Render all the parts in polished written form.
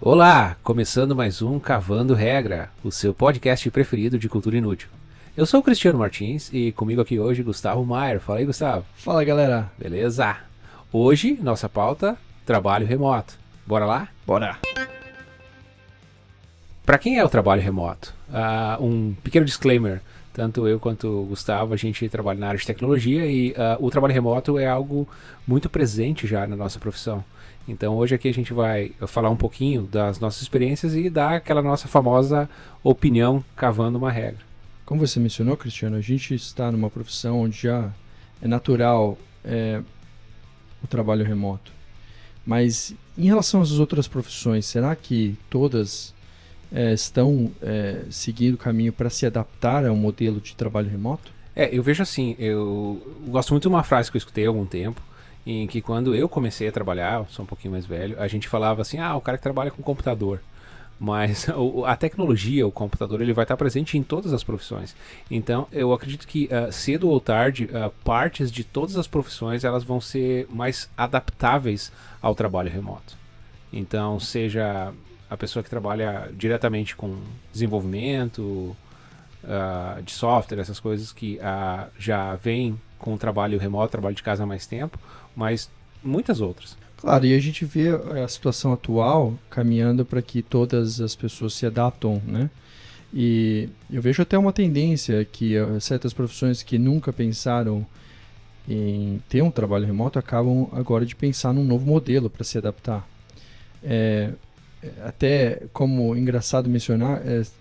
Olá, começando mais um Cavando Regra, o seu podcast preferido de cultura inútil. Eu sou o Cristiano Martins e comigo aqui hoje Gustavo Maier. Fala aí, Gustavo. Fala, galera. Beleza? Hoje, nossa pauta, trabalho remoto. Bora lá? Bora. Para quem é o trabalho remoto? Um pequeno disclaimer. Tanto eu quanto o Gustavo, a gente trabalha na área de tecnologia e o trabalho remoto é algo muito presente já na nossa profissão. Então hoje aqui a gente vai falar um pouquinho das nossas experiências e dar aquela nossa famosa opinião cavando uma regra. Como você mencionou, Cristiano, a gente está numa profissão onde já é natural o trabalho remoto. Mas em relação às outras profissões, será que todas estão seguindo o caminho para se adaptar a um modelo de trabalho remoto? Eu vejo assim, eu gosto muito de uma frase que eu escutei há algum tempo, em que quando eu comecei a trabalhar, sou um pouquinho mais velho, a gente falava assim, o cara que trabalha com computador. Mas a tecnologia, o computador, ele vai estar presente em todas as profissões. Então, eu acredito que cedo ou tarde, partes de todas as profissões elas vão ser mais adaptáveis ao trabalho remoto. Então, seja a pessoa que trabalha diretamente com desenvolvimento de software, essas coisas que já vem com o trabalho remoto, trabalho de casa há mais tempo, mas muitas outras. Claro, e a gente vê a situação atual caminhando para que todas as pessoas se adaptam, né? E eu vejo até uma tendência que certas profissões que nunca pensaram em ter um trabalho remoto acabam agora de pensar num novo modelo para se adaptar. Até como engraçado mencionar,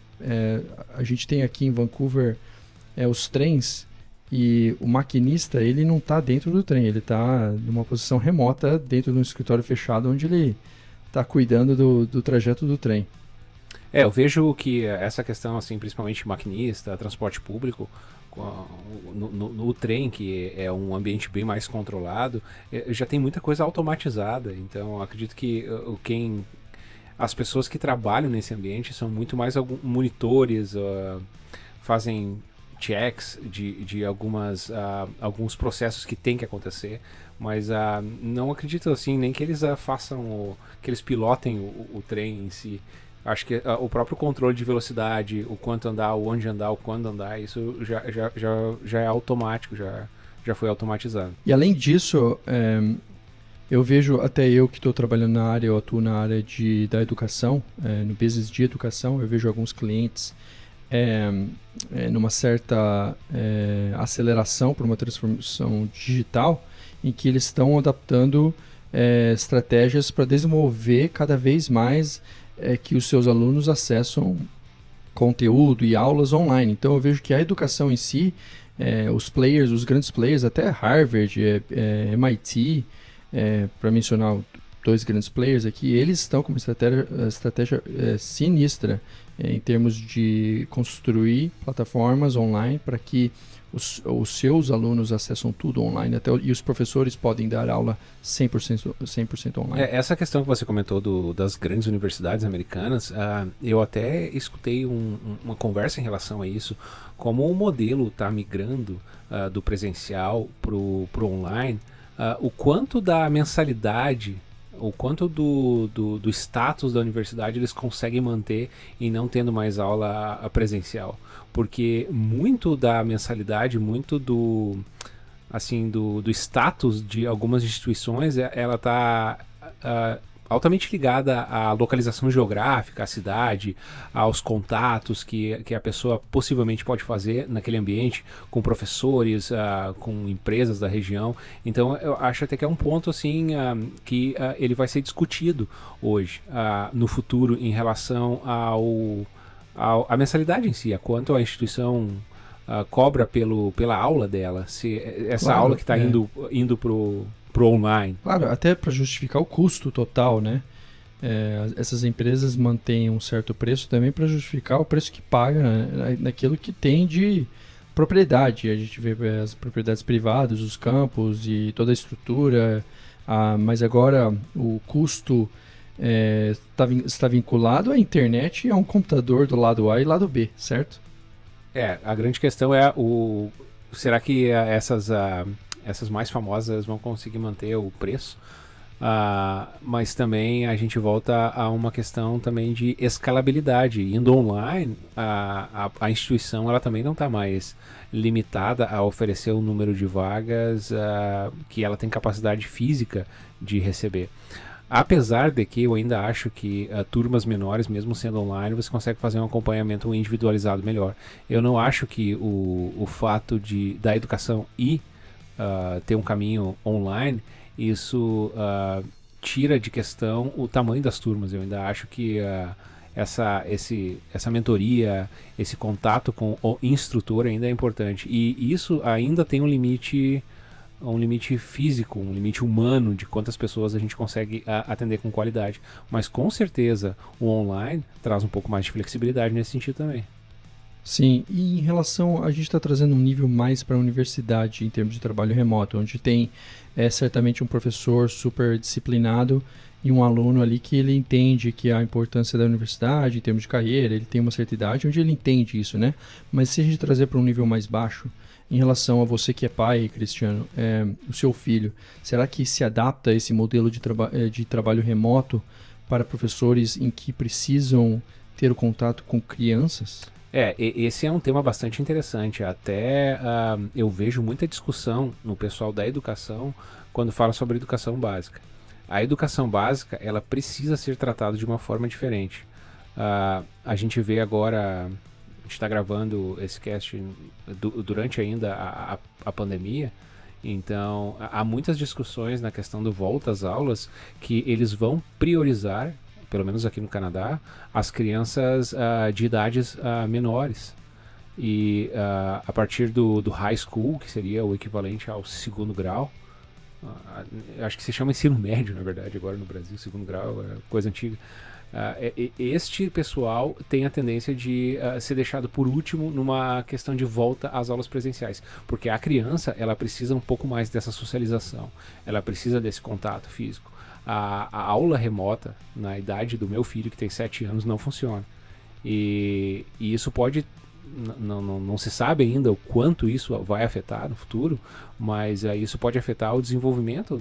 a gente tem aqui em Vancouver os trens. E o maquinista, ele não está dentro do trem, ele está numa posição remota dentro de um escritório fechado onde ele está cuidando do trajeto do trem. Eu vejo que essa questão, assim, principalmente maquinista, transporte público, no trem, que é um ambiente bem mais controlado, já tem muita coisa automatizada. Então, acredito que as pessoas que trabalham nesse ambiente são muito mais monitores, fazem checks de alguns processos que tem que acontecer, mas não acredito assim nem que eles que eles pilotem o trem em si. Acho que o próprio controle de velocidade, o quanto andar, o onde andar, o quando andar, isso já é automático, já foi automatizado. E além disso, eu vejo, até eu que estou trabalhando na área, eu atuo na área da educação, no business de educação, eu vejo alguns clientes numa certa aceleração para uma transformação digital, em que eles estão adaptando estratégias para desenvolver cada vez mais que os seus alunos acessam conteúdo e aulas online. Então eu vejo que a educação em si, os grandes players, até Harvard, MIT, para mencionar dois grandes players aqui, eles estão com uma estratégia sinistra em termos de construir plataformas online para que os seus alunos acessam tudo online, e os professores podem dar aula 100% online. Essa questão que você comentou das grandes universidades americanas, eu até escutei uma conversa em relação a isso, como o modelo está migrando do presencial para o online, o quanto da mensalidade, o quanto do status da universidade eles conseguem manter em não tendo mais aula presencial. Porque muito da mensalidade, muito do status de algumas instituições, ela está altamente ligada à localização geográfica, à cidade, aos contatos que a pessoa possivelmente pode fazer naquele ambiente, com professores, com empresas da região. Então eu acho até que é um ponto assim que ele vai ser discutido hoje, no futuro, em relação à mensalidade em si, a quanto a instituição cobra pela aula dela, se essa Claro, aula que está indo pro online. Claro, até para justificar o custo total, né? Essas empresas mantêm um certo preço também para justificar o preço que paga, né, naquilo que tem de propriedade. A gente vê as propriedades privadas, os campos e toda a estrutura, mas agora o custo está vinculado à internet e a um computador do lado A e lado B, certo? A grande questão é será que essas mais famosas vão conseguir manter o preço Mas também a gente volta a uma questão também de escalabilidade. Indo online, a instituição ela também não está mais limitada a oferecer um número de vagas que ela tem capacidade física de receber. Apesar de que eu ainda acho que turmas menores, mesmo sendo online, você consegue fazer um acompanhamento individualizado melhor. Eu não acho que o fato da educação ter um caminho online, isso tira de questão o tamanho das turmas. Eu ainda acho que essa mentoria, esse contato com o instrutor ainda é importante. E isso ainda tem um limite físico, um limite humano de quantas pessoas a gente consegue atender com qualidade. Mas com certeza o online traz um pouco mais de flexibilidade nesse sentido também. Sim, e em relação, a gente está trazendo um nível mais para a universidade em termos de trabalho remoto, onde tem certamente um professor super disciplinado e um aluno ali que ele entende que a importância da universidade em termos de carreira, ele tem uma certa idade onde ele entende isso, né? Mas se a gente trazer para um nível mais baixo, em relação a você que é pai, Cristiano, o seu filho, será que se adapta a esse modelo de trabalho remoto para professores em que precisam ter o contato com crianças? Esse é um tema bastante interessante. Até eu vejo muita discussão no pessoal da educação quando fala sobre educação básica. A educação básica, ela precisa ser tratada de uma forma diferente. A gente vê agora, a gente está gravando esse cast durante ainda a pandemia, então há muitas discussões na questão do volta às aulas que eles vão priorizar, pelo menos aqui no Canadá, as crianças de idades menores. E a partir do high school, que seria o equivalente ao segundo grau, acho que se chama ensino médio, na verdade, agora no Brasil, segundo grau é coisa antiga. Este pessoal tem a tendência de ser deixado por último numa questão de volta às aulas presenciais, porque a criança ela precisa um pouco mais dessa socialização, ela precisa desse contato físico. A aula remota, na idade do meu filho, que tem 7 anos, não funciona. E isso pode... Não se sabe ainda o quanto isso vai afetar no futuro, mas isso pode afetar o desenvolvimento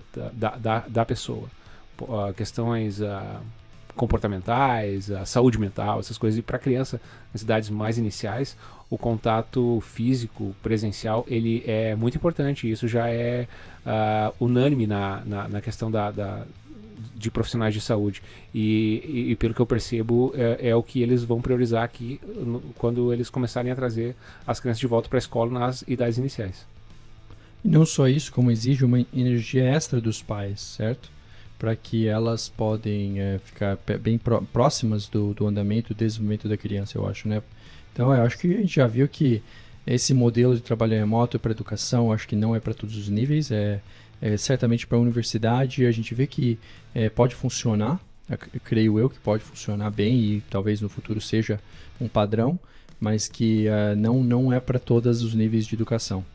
da pessoa. Questões comportamentais, a saúde mental, essas coisas. E para a criança, nas idades mais iniciais, o contato físico, presencial, ele é muito importante. Isso já é unânime na questão de profissionais de saúde. E pelo que eu percebo, é o que eles vão priorizar aqui quando eles começarem a trazer as crianças de volta para a escola nas idades iniciais. E não só isso, como exige uma energia extra dos pais, certo? Para que elas podem ficar bem próximas do andamento e desenvolvimento da criança, eu acho, né? Então, eu acho que a gente já viu que esse modelo de trabalho remoto para educação, acho que não é para todos os níveis, certamente para a universidade, a gente vê que pode funcionar, creio eu que pode funcionar bem e talvez no futuro seja um padrão, mas que não é para todos os níveis de educação.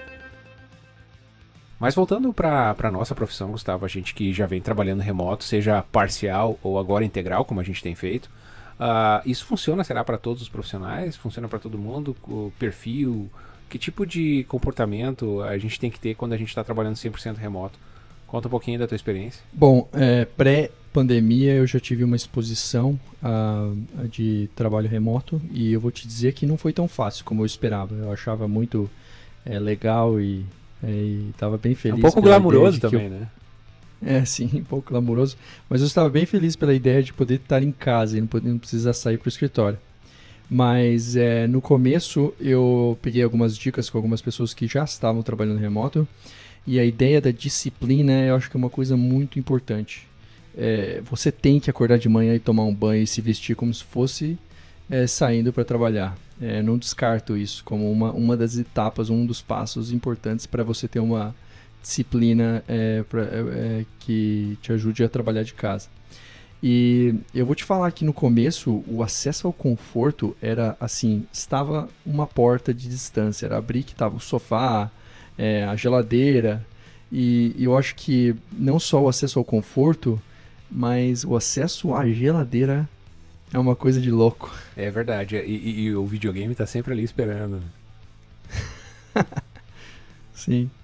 Mas voltando para a nossa profissão, Gustavo, a gente que já vem trabalhando remoto, seja parcial ou agora integral, como a gente tem feito, isso funciona, será para todos os profissionais? Funciona para todo mundo? O perfil? Que tipo de comportamento a gente tem que ter quando a gente está trabalhando 100% remoto? Conta um pouquinho da tua experiência. Bom, pré-pandemia eu já tive uma exposição de trabalho remoto e eu vou te dizer que não foi tão fácil como eu esperava. Eu achava muito legal e estava bem feliz. Um pouco glamuroso também, né? Sim, um pouco glamuroso. Mas eu estava bem feliz pela ideia de poder estar em casa e não precisar sair para o escritório. Mas no começo eu peguei algumas dicas com algumas pessoas que já estavam trabalhando remoto. E a ideia da disciplina eu acho que é uma coisa muito importante. Você tem que acordar de manhã e tomar um banho e se vestir como se fosse saindo para trabalhar. Não descarto isso como uma das etapas, um dos passos importantes para você ter uma disciplina que te ajude a trabalhar de casa. E eu vou te falar que no começo o acesso ao conforto era assim, estava uma porta de distância, era abrir que estava o sofá, a geladeira, e eu acho que não só o acesso ao conforto, mas o acesso à geladeira é uma coisa de louco. É verdade, e o videogame tá sempre ali esperando. Sim.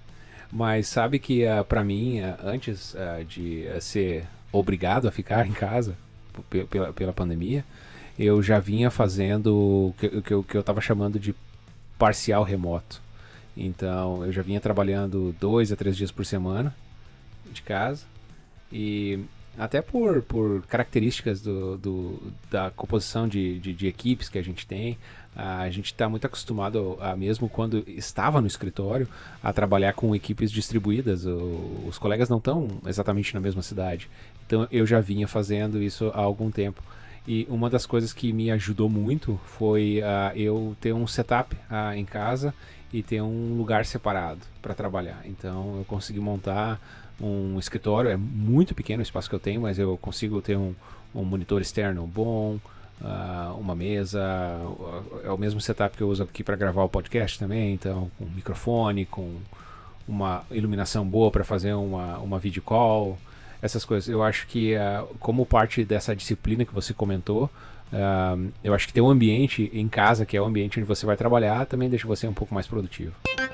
Mas sabe que para mim, antes de ser obrigado a ficar em casa pela pandemia, eu já vinha fazendo o que eu estava chamando de parcial remoto. Então eu já vinha trabalhando 2 a 3 dias por semana de casa, e até por características da composição de equipes que a gente tem, a gente está muito acostumado, mesmo quando estava no escritório, a trabalhar com equipes distribuídas. Os colegas não estão exatamente na mesma cidade. Então eu já vinha fazendo isso há algum tempo. E uma das coisas que me ajudou muito foi eu ter um setup em casa e ter um lugar separado para trabalhar. Então eu consegui montar um escritório, é muito pequeno o espaço que eu tenho, mas eu consigo ter um monitor externo bom, uma mesa, é o mesmo setup que eu uso aqui para gravar o podcast também, então com microfone, com uma iluminação boa para fazer uma video call, essas coisas. Eu acho que como parte dessa disciplina que você comentou, eu acho que ter um ambiente em casa, que é o ambiente onde você vai trabalhar, também deixa você um pouco mais produtivo.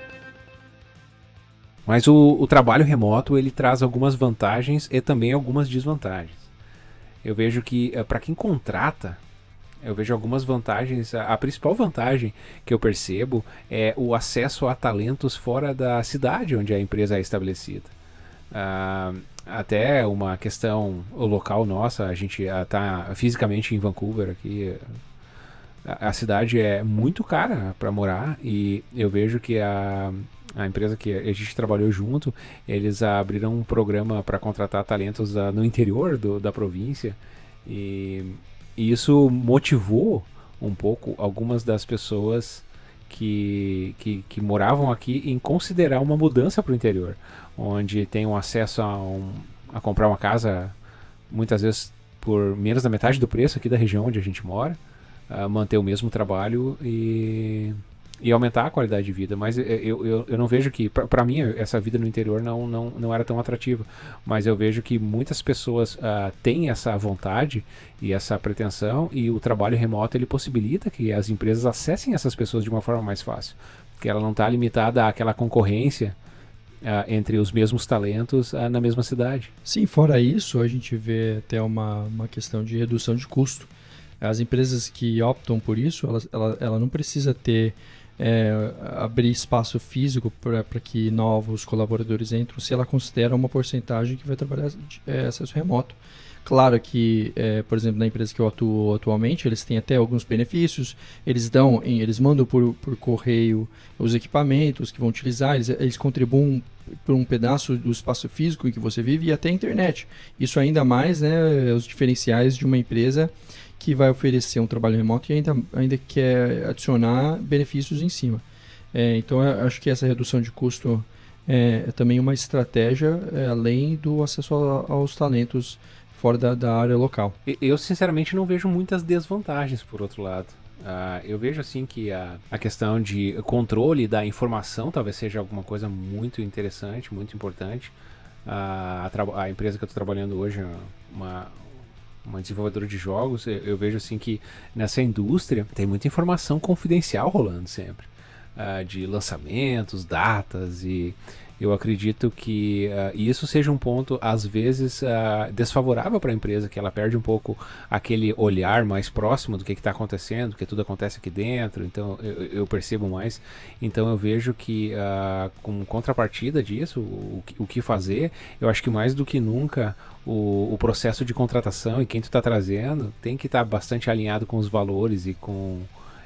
Mas o trabalho remoto, ele traz algumas vantagens e também algumas desvantagens. Eu vejo que para quem contrata, eu vejo algumas vantagens. A principal vantagem que eu percebo é o acesso a talentos fora da cidade onde a empresa é estabelecida. Até uma questão local nossa, a gente está fisicamente em Vancouver aqui. A cidade é muito cara para morar, e eu vejo que a empresa que a gente trabalhou junto, eles abriram um programa para contratar talentos no interior da província, e isso motivou um pouco algumas das pessoas que moravam aqui em considerar uma mudança para o interior, onde tem um acesso a comprar uma casa muitas vezes por menos da metade do preço aqui da região onde a gente mora, manter o mesmo trabalho e aumentar a qualidade de vida. Mas eu não vejo que, para mim, essa vida no interior não era tão atrativa, mas eu vejo que muitas pessoas têm essa vontade e essa pretensão, e o trabalho remoto ele possibilita que as empresas acessem essas pessoas de uma forma mais fácil, que ela não está limitada àquela concorrência entre os mesmos talentos na mesma cidade. Sim, fora isso, a gente vê até uma questão de redução de custo. As empresas que optam por isso, ela não precisa abrir espaço físico para que novos colaboradores entrem, se ela considera uma porcentagem que vai trabalhar acesso remoto. Claro que, por exemplo, na empresa que eu atuo atualmente, eles têm até alguns benefícios, eles mandam por correio os equipamentos que vão utilizar, eles contribuem por um pedaço do espaço físico em que você vive e até a internet. Isso ainda mais, né, os diferenciais de uma empresa que vai oferecer um trabalho remoto e ainda quer adicionar benefícios em cima. Então, eu acho que essa redução de custo é também uma estratégia, além do acesso aos talentos fora da área local. Eu, sinceramente, não vejo muitas desvantagens, por outro lado. Eu vejo assim que a questão de controle da informação talvez seja alguma coisa muito interessante, muito importante. A empresa que eu estou trabalhando hoje é uma desenvolvedora de jogos. Eu vejo assim que nessa indústria tem muita informação confidencial rolando sempre, de lançamentos, datas, e eu acredito que isso seja um ponto, às vezes, desfavorável para a empresa, que ela perde um pouco aquele olhar mais próximo do que está acontecendo, porque tudo acontece aqui dentro, então eu percebo mais. Então eu vejo que, com contrapartida disso, o que fazer, eu acho que mais do que nunca o processo de contratação e quem tu está trazendo tem que estar bastante alinhado com os valores e com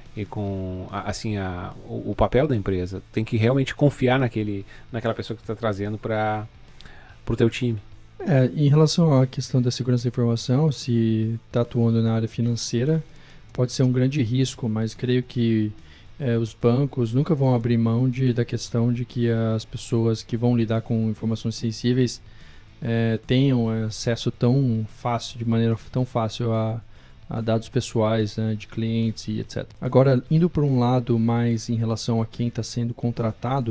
assim, o papel da empresa. Tem que realmente confiar naquela pessoa que tu está trazendo para o teu time. Em relação à questão da segurança da informação, se está atuando na área financeira, pode ser um grande risco, mas creio que os bancos nunca vão abrir mão da questão de que as pessoas que vão lidar com informações sensíveis tenham acesso de maneira tão fácil a dados pessoais, né, de clientes e etc. Agora, indo por um lado mais em relação a quem está sendo contratado,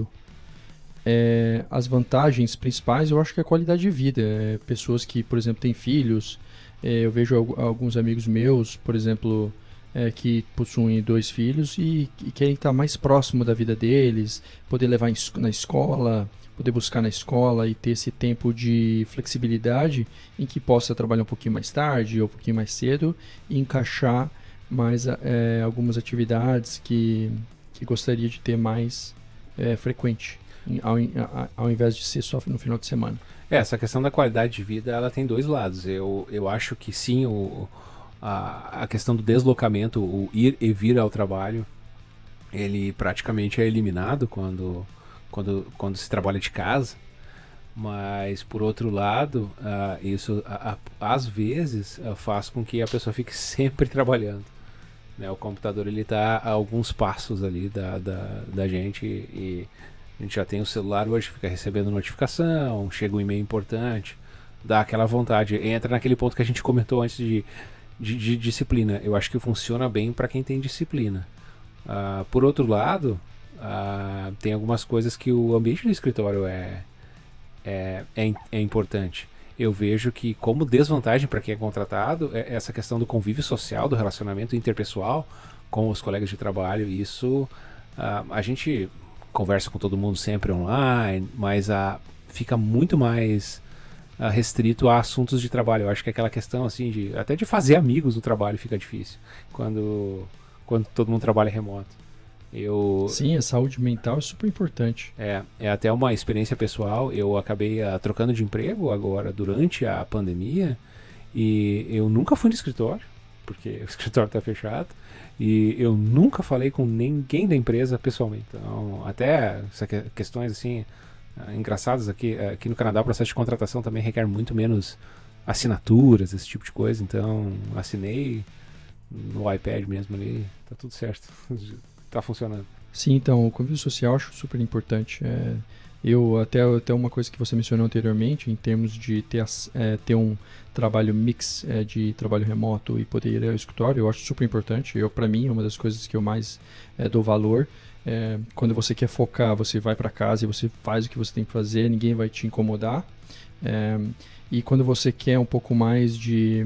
as vantagens principais eu acho que é a qualidade de vida. Pessoas que, por exemplo, têm filhos, eu vejo alguns amigos meus, por exemplo, que possuem 2 filhos e querem estar mais próximo da vida deles, poder levar na escola, poder buscar na escola e ter esse tempo de flexibilidade em que possa trabalhar um pouquinho mais tarde ou um pouquinho mais cedo e encaixar mais algumas atividades que gostaria de ter mais frequente, ao invés de ser só no final de semana. Essa questão da qualidade de vida, ela tem 2 lados. Eu acho que sim, a questão do deslocamento, o ir e vir ao trabalho, ele praticamente é eliminado quando se trabalha de casa. Mas, por outro lado, isso às vezes faz com que a pessoa fique sempre trabalhando. Né? O computador ele está a alguns passos ali da gente e a gente já tem o celular hoje, fica recebendo notificação, chega um e-mail importante, dá aquela vontade. Entra naquele ponto que a gente comentou antes de disciplina. Eu acho que funciona bem para quem tem disciplina. Por outro lado, tem algumas coisas que o ambiente do escritório é importante. Eu vejo que como desvantagem para quem é contratado é essa questão do convívio social, do relacionamento interpessoal com os colegas de trabalho. Isso a gente conversa com todo mundo sempre online, mas fica muito mais restrito a assuntos de trabalho. Eu acho que aquela questão assim até de fazer amigos no trabalho fica difícil quando todo mundo trabalha remoto. Sim, a saúde mental é super importante. É até uma experiência pessoal. Eu acabei trocando de emprego agora durante a pandemia e eu nunca fui no escritório, porque o escritório está fechado, e eu nunca falei com ninguém da empresa pessoalmente. Então, até essas questões assim engraçadas aqui no Canadá, o processo de contratação também requer muito menos assinaturas, esse tipo de coisa. Então, assinei no iPad mesmo ali, tá tudo certo. Tá funcionando. Sim, então, o convívio social eu acho super importante. Até uma coisa que você mencionou anteriormente, em termos de ter um trabalho mix de trabalho remoto e poder ir ao escritório, eu acho super importante. Para mim, é uma das coisas que eu mais dou valor. Quando você quer focar, você vai para casa e você faz o que você tem que fazer, ninguém vai te incomodar. E quando você quer um pouco mais de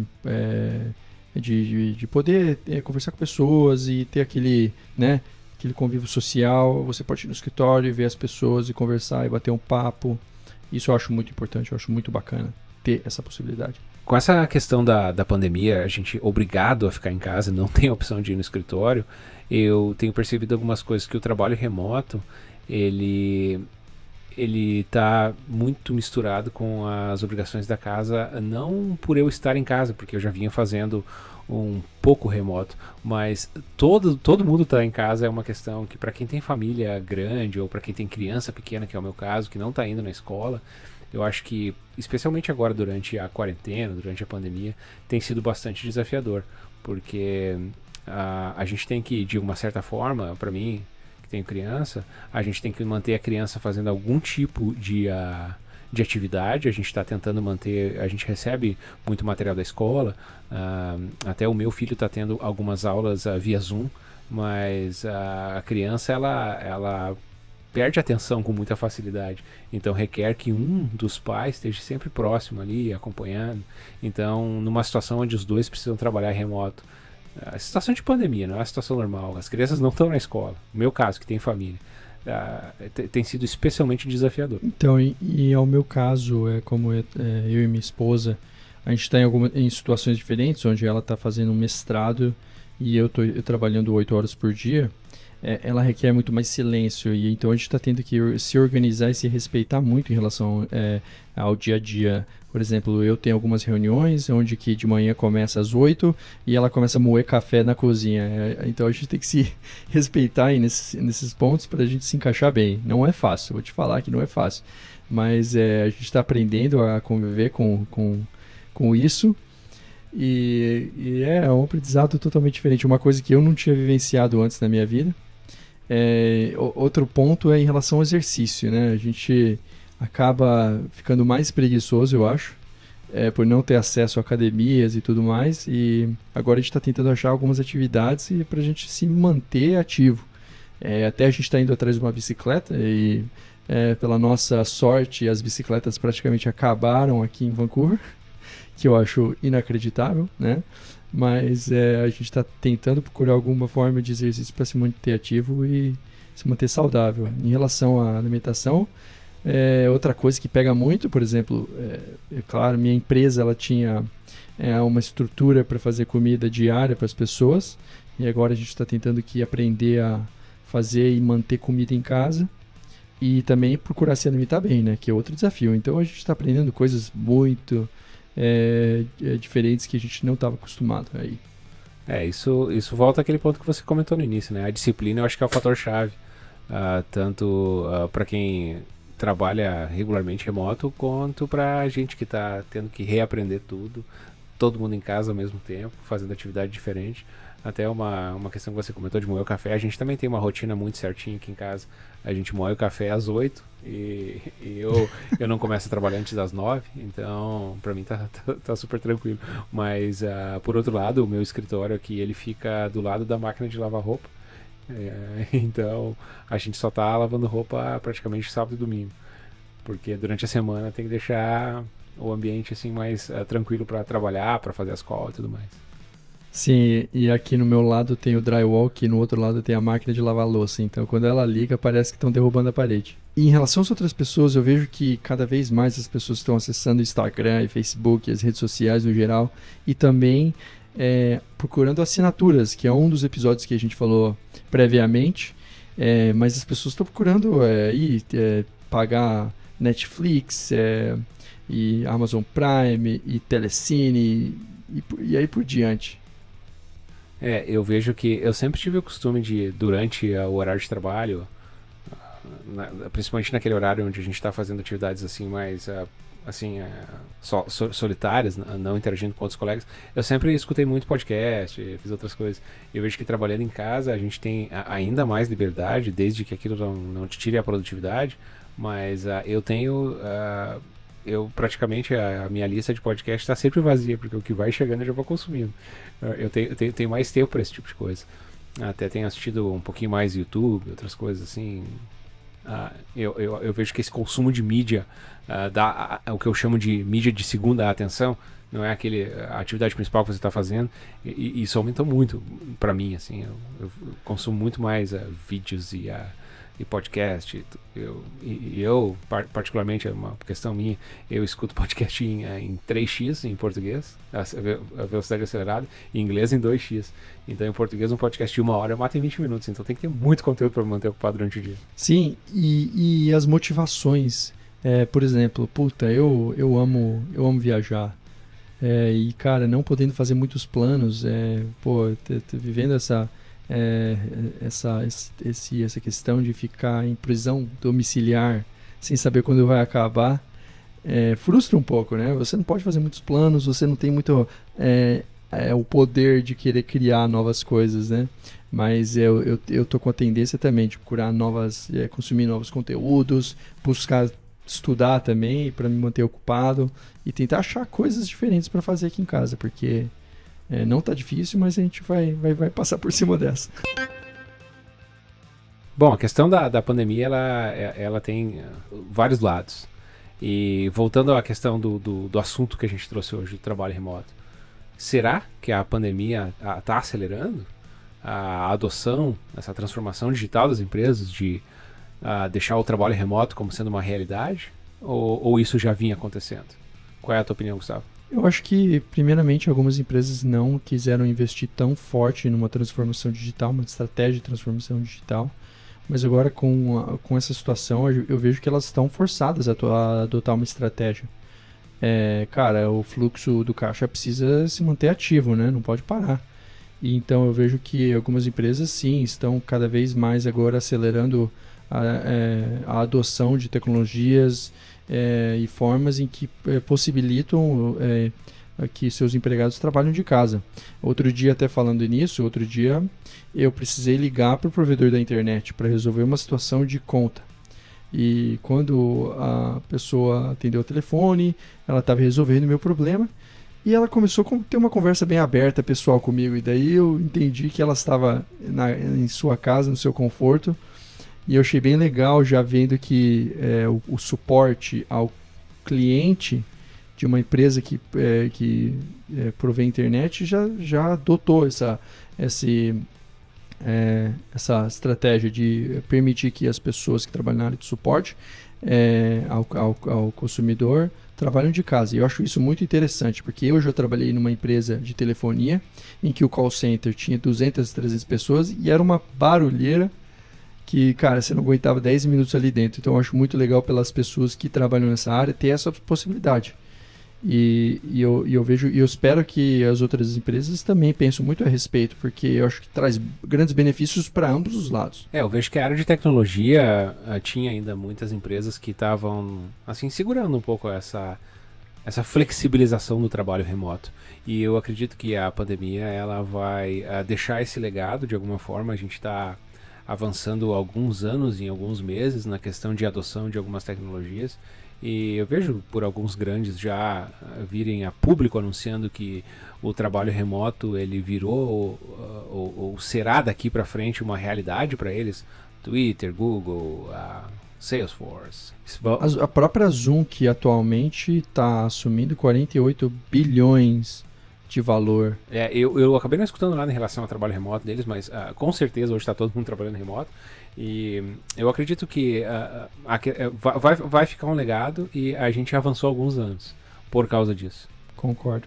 poder conversar com pessoas e ter aquele convívio social, você pode ir no escritório e ver as pessoas e conversar e bater um papo. Isso eu acho muito importante, eu acho muito bacana ter essa possibilidade. Com essa questão da pandemia, a gente é obrigado a ficar em casa, não tem opção de ir no escritório. Eu tenho percebido algumas coisas, que o trabalho remoto, ele está muito misturado com as obrigações da casa, não por eu estar em casa, porque eu já vinha fazendo um pouco remoto, mas todo mundo está em casa. É uma questão que, para quem tem família grande ou para quem tem criança pequena, que é o meu caso, que não está indo na escola, eu acho que, especialmente agora durante a quarentena, durante a pandemia, tem sido bastante desafiador, porque a gente tem que, de uma certa forma, para mim, tenho criança, a gente tem que manter a criança fazendo algum tipo de atividade. A gente está tentando manter, a gente recebe muito material da escola, até o meu filho está tendo algumas aulas via Zoom, mas a criança ela perde a atenção com muita facilidade, então requer que um dos pais esteja sempre próximo ali, acompanhando. Então, numa situação onde os dois precisam trabalhar remoto, a situação de pandemia não é uma situação normal, as crianças não estão na escola, no meu caso, que tem família, tem sido especialmente desafiador. Então, e ao meu caso, como eu e minha esposa, a gente está em situações diferentes, onde ela está fazendo um mestrado e eu trabalhando 8 horas por dia. Ela requer muito mais silêncio, e então a gente está tendo que se organizar e se respeitar muito em relação ao dia a dia. Por exemplo, eu tenho algumas reuniões onde que de manhã começa às 8 e ela começa a moer café na cozinha. Então a gente tem que se respeitar aí nesses pontos para a gente se encaixar bem. Não é fácil, vou te falar que não é fácil, mas a gente está aprendendo a conviver com isso. E é um aprendizado totalmente diferente, uma coisa que eu não tinha vivenciado antes na minha vida. Outro ponto é em relação ao exercício, né? A gente acaba ficando mais preguiçoso, eu acho, por não ter acesso a academias e tudo mais, e agora a gente está tentando achar algumas atividades para a gente se manter ativo. Até a gente está indo atrás de uma bicicleta e, pela nossa sorte, as bicicletas praticamente acabaram aqui em Vancouver, que eu acho inacreditável, né? Mas a gente está tentando procurar alguma forma de exercício para se manter ativo e se manter saudável. Em relação à alimentação, outra coisa que pega muito, por exemplo, claro, minha empresa ela tinha uma estrutura para fazer comida diária para as pessoas, e agora a gente está tentando aprender a fazer e manter comida em casa e também procurar se alimentar bem, né, que é outro desafio. Então a gente está aprendendo coisas muito diferentes que a gente não estava acostumado aí. Isso volta àquele ponto que você comentou no início, né? A disciplina eu acho que é o fator-chave, tanto para quem trabalha regularmente remoto, quanto para a gente que está tendo que reaprender tudo, todo mundo em casa ao mesmo tempo, fazendo atividade diferente. Até uma questão que você comentou de moer o café, a gente também tem uma rotina muito certinha aqui em casa. A gente moe o café às 8 e eu não começo a trabalhar antes das 9, então pra mim tá super tranquilo. Mas por outro lado, o meu escritório aqui, ele fica do lado da máquina de lavar roupa. Então a gente só tá lavando roupa praticamente sábado e domingo, porque durante a semana tem que deixar o ambiente assim mais tranquilo para trabalhar, para fazer as calls e tudo mais. Sim, e aqui no meu lado tem o drywall, que no outro lado tem a máquina de lavar louça. Então, quando ela liga, parece que estão derrubando a parede. E em relação às outras pessoas, eu vejo que cada vez mais as pessoas estão acessando o Instagram e Facebook, as redes sociais no geral, e também procurando assinaturas, que é um dos episódios que a gente falou previamente. Mas as pessoas estão procurando pagar Netflix, e Amazon Prime, e Telecine, e aí por diante. Eu vejo que eu sempre tive o costume de, durante o horário de trabalho, principalmente naquele horário onde a gente está fazendo atividades assim mais solitárias, não interagindo com outros colegas, eu sempre escutei muito podcast, fiz outras coisas. Eu vejo que trabalhando em casa a gente tem ainda mais liberdade, desde que aquilo não te tire a produtividade, mas eu praticamente a minha lista de podcast está sempre vazia, porque o que vai chegando eu já vou consumindo. Eu tenho mais tempo para esse tipo de coisa. Até tenho assistido um pouquinho mais YouTube, outras coisas assim. Eu vejo que esse consumo de mídia dá o que eu chamo de mídia de segunda atenção, não é a atividade principal que você está fazendo, e isso aumentou muito para mim, assim. Eu consumo muito mais vídeos e podcast. Eu particularmente, é uma questão minha, eu escuto podcast em 3x em português, a velocidade acelerada, em inglês em 2x. Então em português um podcast de 1 hora eu mato em 20 minutos, então tem que ter muito conteúdo para me manter ocupado durante o dia. Sim, e as motivações, por exemplo, eu amo viajar, e cara, não podendo fazer muitos planos, vivendo essa questão de ficar em prisão domiciliar sem saber quando vai acabar, frustra um pouco, né? Você não pode fazer muitos planos, você não tem muito o poder de querer criar novas coisas, né? Mas eu tô com a tendência também de procurar consumir novos conteúdos, buscar estudar também para me manter ocupado e tentar achar coisas diferentes para fazer aqui em casa, porque não tá difícil, mas a gente vai passar por cima dessa. Bom, a questão da pandemia, ela tem vários lados. E voltando à questão do assunto que a gente trouxe hoje, do trabalho remoto. Será que a pandemia está acelerando a adoção, essa transformação digital das empresas, de deixar o trabalho remoto como sendo uma realidade? Ou isso já vinha acontecendo? Qual é a tua opinião, Gustavo? Eu acho que, primeiramente, algumas empresas não quiseram investir tão forte numa transformação digital, uma estratégia de transformação digital, mas agora com essa situação eu vejo que elas estão forçadas a adotar uma estratégia. Cara, o fluxo do caixa precisa se manter ativo, né? Não pode parar. E então eu vejo que algumas empresas, sim, estão cada vez mais agora acelerando a adoção de tecnologias e formas em que possibilitam que seus empregados trabalhem de casa. Outro dia, até falando nisso, eu precisei ligar para o provedor da internet para resolver uma situação de conta. E quando a pessoa atendeu o telefone, ela estava resolvendo o meu problema e ela começou a ter uma conversa bem aberta, pessoal, comigo. E daí eu entendi que ela estava em sua casa, no seu conforto. E eu achei bem legal, já vendo que o suporte ao cliente de uma empresa que provê internet já adotou essa estratégia de permitir que as pessoas que trabalham na área de suporte ao consumidor trabalham de casa. E eu acho isso muito interessante, porque eu já trabalhei numa empresa de telefonia em que o call center tinha 200, 300 pessoas e era uma barulheira que, cara, você não aguentava 10 minutos ali dentro. Então eu acho muito legal pelas pessoas que trabalham nessa área ter essa possibilidade. E eu vejo e eu espero que as outras empresas também pensem muito a respeito, porque eu acho que traz grandes benefícios para ambos os lados. Eu vejo que a área de tecnologia tinha ainda muitas empresas que estavam assim segurando um pouco essa flexibilização do trabalho remoto. E eu acredito que a pandemia ela vai deixar esse legado de alguma forma. A gente está avançando alguns anos, em alguns meses, na questão de adoção de algumas tecnologias. E eu vejo por alguns grandes já virem a público anunciando que o trabalho remoto ele virou ou será daqui para frente uma realidade para eles. Twitter, Google, Salesforce. A própria Zoom, que atualmente está assumindo 48 bilhões de valor. Eu acabei não escutando nada em relação ao trabalho remoto deles, mas com certeza hoje está todo mundo trabalhando remoto. E eu acredito que vai ficar um legado e a gente avançou alguns anos por causa disso. Concordo.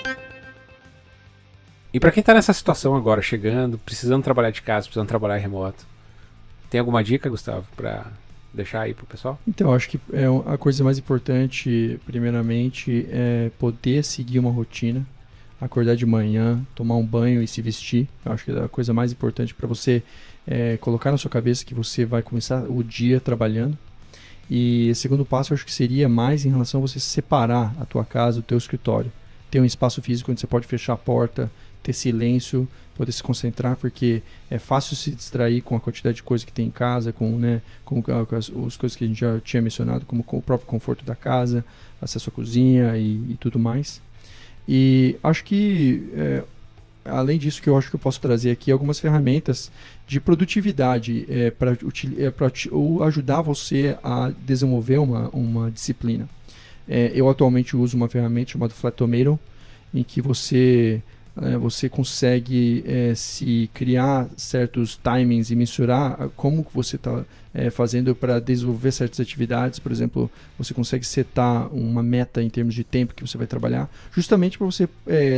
E para quem está nessa situação agora, chegando, precisando trabalhar de casa, precisando trabalhar remoto, tem alguma dica, Gustavo, para deixar aí pro pessoal? Então, acho que a coisa mais importante, primeiramente, é poder seguir uma rotina. Acordar de manhã, tomar um banho e se vestir. Eu acho que é a coisa mais importante para você colocar na sua cabeça que você vai começar o dia trabalhando. E o segundo passo, eu acho que seria mais em relação a você separar a tua casa, o teu escritório. Ter um espaço físico onde você pode fechar a porta, ter silêncio, poder se concentrar, porque é fácil se distrair com a quantidade de coisa que tem em casa, com as coisas que a gente já tinha mencionado, como com o próprio conforto da casa, acesso à cozinha e tudo mais. E acho que, além disso, que eu acho que eu posso trazer aqui algumas ferramentas de produtividade para ajudar você a desenvolver uma disciplina. Eu atualmente uso uma ferramenta chamada Flatometer, em que você consegue se criar certos timings e mensurar como você está fazendo para desenvolver certas atividades. Por exemplo, você consegue setar uma meta em termos de tempo que você vai trabalhar, justamente para você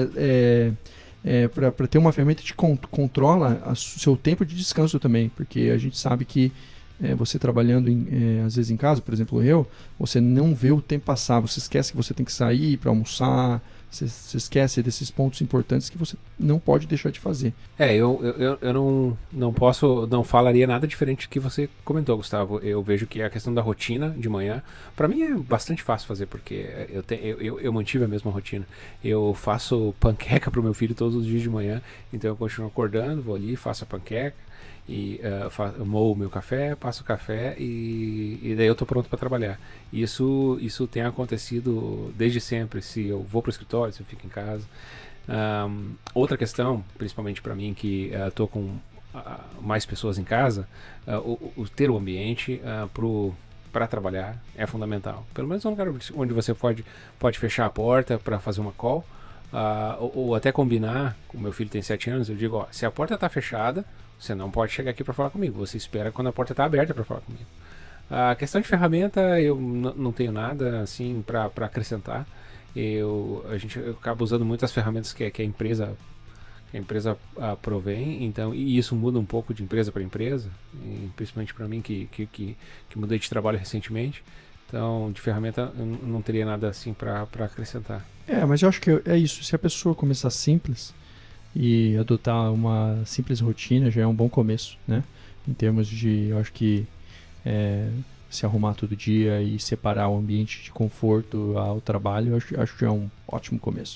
para ter uma ferramenta que controla o seu tempo de descanso também, porque a gente sabe que você trabalhando às vezes em casa, por exemplo você não vê o tempo passar, você esquece que você tem que sair para almoçar, você esquece desses pontos importantes que você não pode deixar de fazer. Eu não falaria nada diferente do que você comentou, Gustavo. Eu vejo que a questão da rotina de manhã, para mim é bastante fácil fazer, porque eu mantive a mesma rotina. Eu faço panqueca pro meu filho todos os dias de manhã, então eu continuo acordando, vou ali, faço a panqueca, e moo o meu café, passo o café e daí eu tô pronto para trabalhar. Isso tem acontecido desde sempre, se eu vou pro escritório, se eu fico em casa. Outra questão, principalmente para mim que tô com mais pessoas em casa, ter o ambiente para trabalhar é fundamental. Pelo menos um lugar onde você pode fechar a porta para fazer uma call, ou até combinar. O meu filho tem 7 anos, eu digo, se a porta está fechada, você não pode chegar aqui para falar comigo, você espera quando a porta está aberta para falar comigo. A questão de ferramenta, eu não tenho nada assim para acrescentar. A gente acaba usando muitas ferramentas que a empresa provém, então, e isso muda um pouco de empresa para empresa, principalmente para mim que mudei de trabalho recentemente. Então, de ferramenta, eu não teria nada assim para acrescentar. Mas eu acho que é isso. Se a pessoa começar simples e adotar uma simples rotina, já é um bom começo, né? Em termos de, eu acho que se arrumar todo dia e separar o ambiente de conforto ao trabalho, eu acho que é um ótimo começo.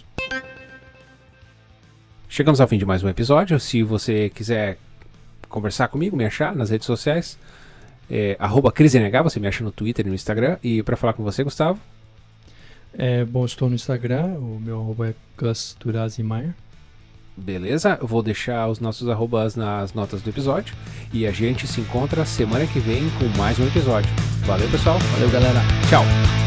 Chegamos ao fim de mais um episódio. Se você quiser conversar comigo, me achar nas redes sociais, @CrisNH, você me acha no Twitter e no Instagram. E para falar com você, Gustavo? Bom, estou no Instagram, o meu arroba é Gus Durazimeyer. Beleza, eu vou deixar os nossos arrobas nas notas do episódio. E a gente se encontra semana que vem com mais um episódio. Valeu, pessoal. Valeu, galera. Tchau.